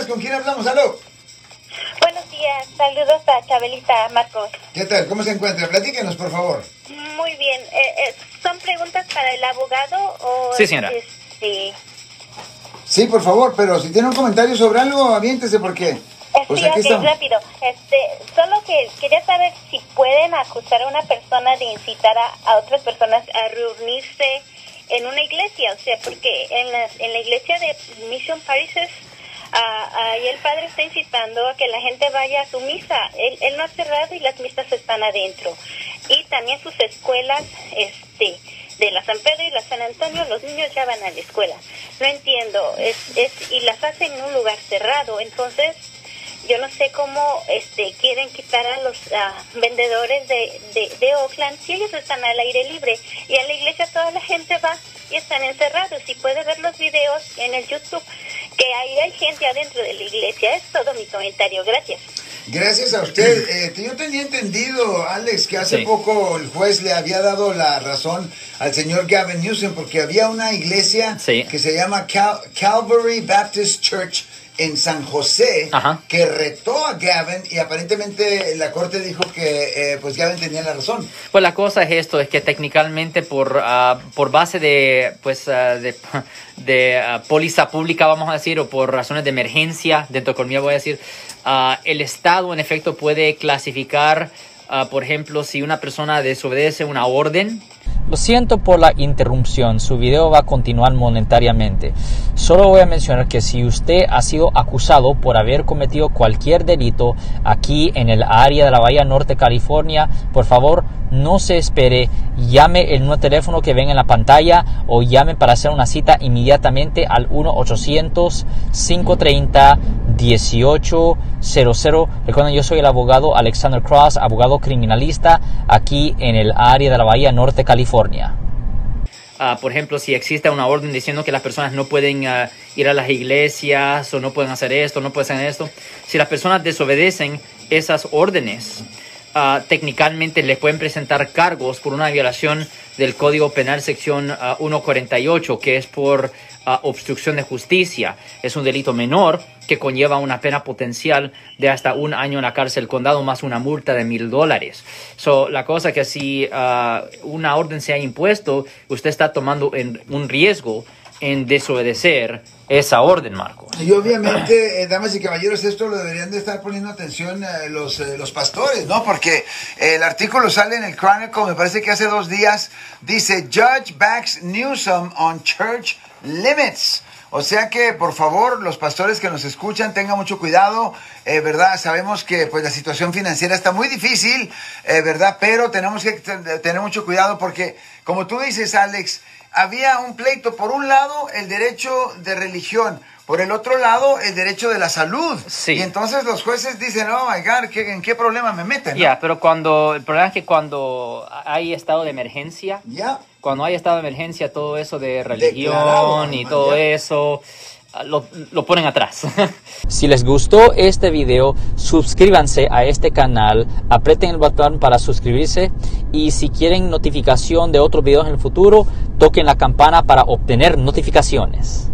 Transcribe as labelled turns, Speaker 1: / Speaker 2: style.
Speaker 1: días, ¿con quién hablamos? ¡Aló!
Speaker 2: Buenos días, saludos a Chabelita, Marcos.
Speaker 1: ¿Qué tal? ¿Cómo se encuentra? Platíquenos, por favor.
Speaker 2: Muy bien. ¿Son preguntas para el abogado o...?
Speaker 3: Sí, señora.
Speaker 2: Sí.
Speaker 1: Sí, por favor, pero si tiene un comentario sobre algo, aviéntese, porque... Pues
Speaker 2: sí,
Speaker 1: aquí
Speaker 2: ok,
Speaker 1: estamos.
Speaker 2: rápido. Solo que quería saber si pueden acusar a una persona de incitar a otras personas a reunirse en una iglesia. O sea, porque en la iglesia de Mission Parishes, ahí el padre está incitando a que la gente vaya a su misa. Él no ha cerrado y las misas están adentro. Y también sus escuelas, de la San Pedro y la San Antonio, los niños ya van a la escuela. No entiendo, y las hacen en un lugar cerrado. Entonces, yo no sé cómo quieren quitar a los vendedores de Oakland si ellos están al aire libre. Y a la iglesia toda la gente va y están encerrados. Y puede ver los videos en el YouTube, que ahí hay gente adentro de la iglesia. Es todo mi comentario. Gracias.
Speaker 1: Gracias a usted. Yo tenía entendido, Alex, que hace poco el juez le había dado la razón al señor Gavin Newsom, porque había una iglesia que se llama Calvary Baptist Church en San José, que retó a Gavin, y aparentemente la corte dijo que pues Gavin tenía la razón.
Speaker 3: Pues la cosa es es que técnicamente por base de póliza pública, vamos a decir, o por razones de emergencia, dentro de economía voy a decir, el Estado en efecto puede clasificar, por ejemplo, si una persona desobedece una orden.
Speaker 4: Lo siento por la interrupción, su video va a continuar momentáneamente. Solo voy a mencionar que si usted ha sido acusado por haber cometido cualquier delito aquí en el área de la Bahía Norte, California, por favor, no se espere, llame el nuevo teléfono que ven en la pantalla o llame para hacer una cita inmediatamente al 1-800-530-1800. Recuerden, yo soy el abogado Alexander Cross, abogado criminalista aquí en el área de la Bahía Norte, California.
Speaker 3: Por ejemplo, si existe una orden diciendo que las personas no pueden ir a las iglesias o no pueden hacer esto, no pueden hacer esto, si las personas desobedecen esas órdenes, técnicamente les pueden presentar cargos por una violación del Código Penal sección 148, que es por obstrucción de justicia. Es un delito menor que conlleva una pena potencial de hasta 1 año en la cárcel condado más una multa de $1,000. La cosa es que si una orden se ha impuesto, usted está tomando un riesgo en desobedecer esa orden, Marcos.
Speaker 1: Y obviamente, damas y caballeros, esto lo deberían de estar poniendo atención los pastores, ¿no? Porque el artículo sale en el Chronicle, me parece que hace 2 días, dice, Judge backs Newsom on church limits. O sea que, por favor, los pastores que nos escuchan, tengan mucho cuidado, ¿verdad? Sabemos que pues la situación financiera está muy difícil, ¿verdad? Pero tenemos que tener mucho cuidado porque, como tú dices, Alex, había un pleito. Por un lado, el derecho de religión. Por el otro lado, el derecho de la salud.
Speaker 3: Sí.
Speaker 1: Y entonces los jueces dicen, oh my God, ¿en qué problema me meten?
Speaker 3: Ya, pero el problema es que cuando hay estado de emergencia, cuando hay estado de emergencia, todo eso de religión y todo eso, lo ponen atrás.
Speaker 4: Si les gustó este video, suscríbanse a este canal, aprieten el botón para suscribirse y si quieren notificación de otros videos en el futuro, toquen la campana para obtener notificaciones.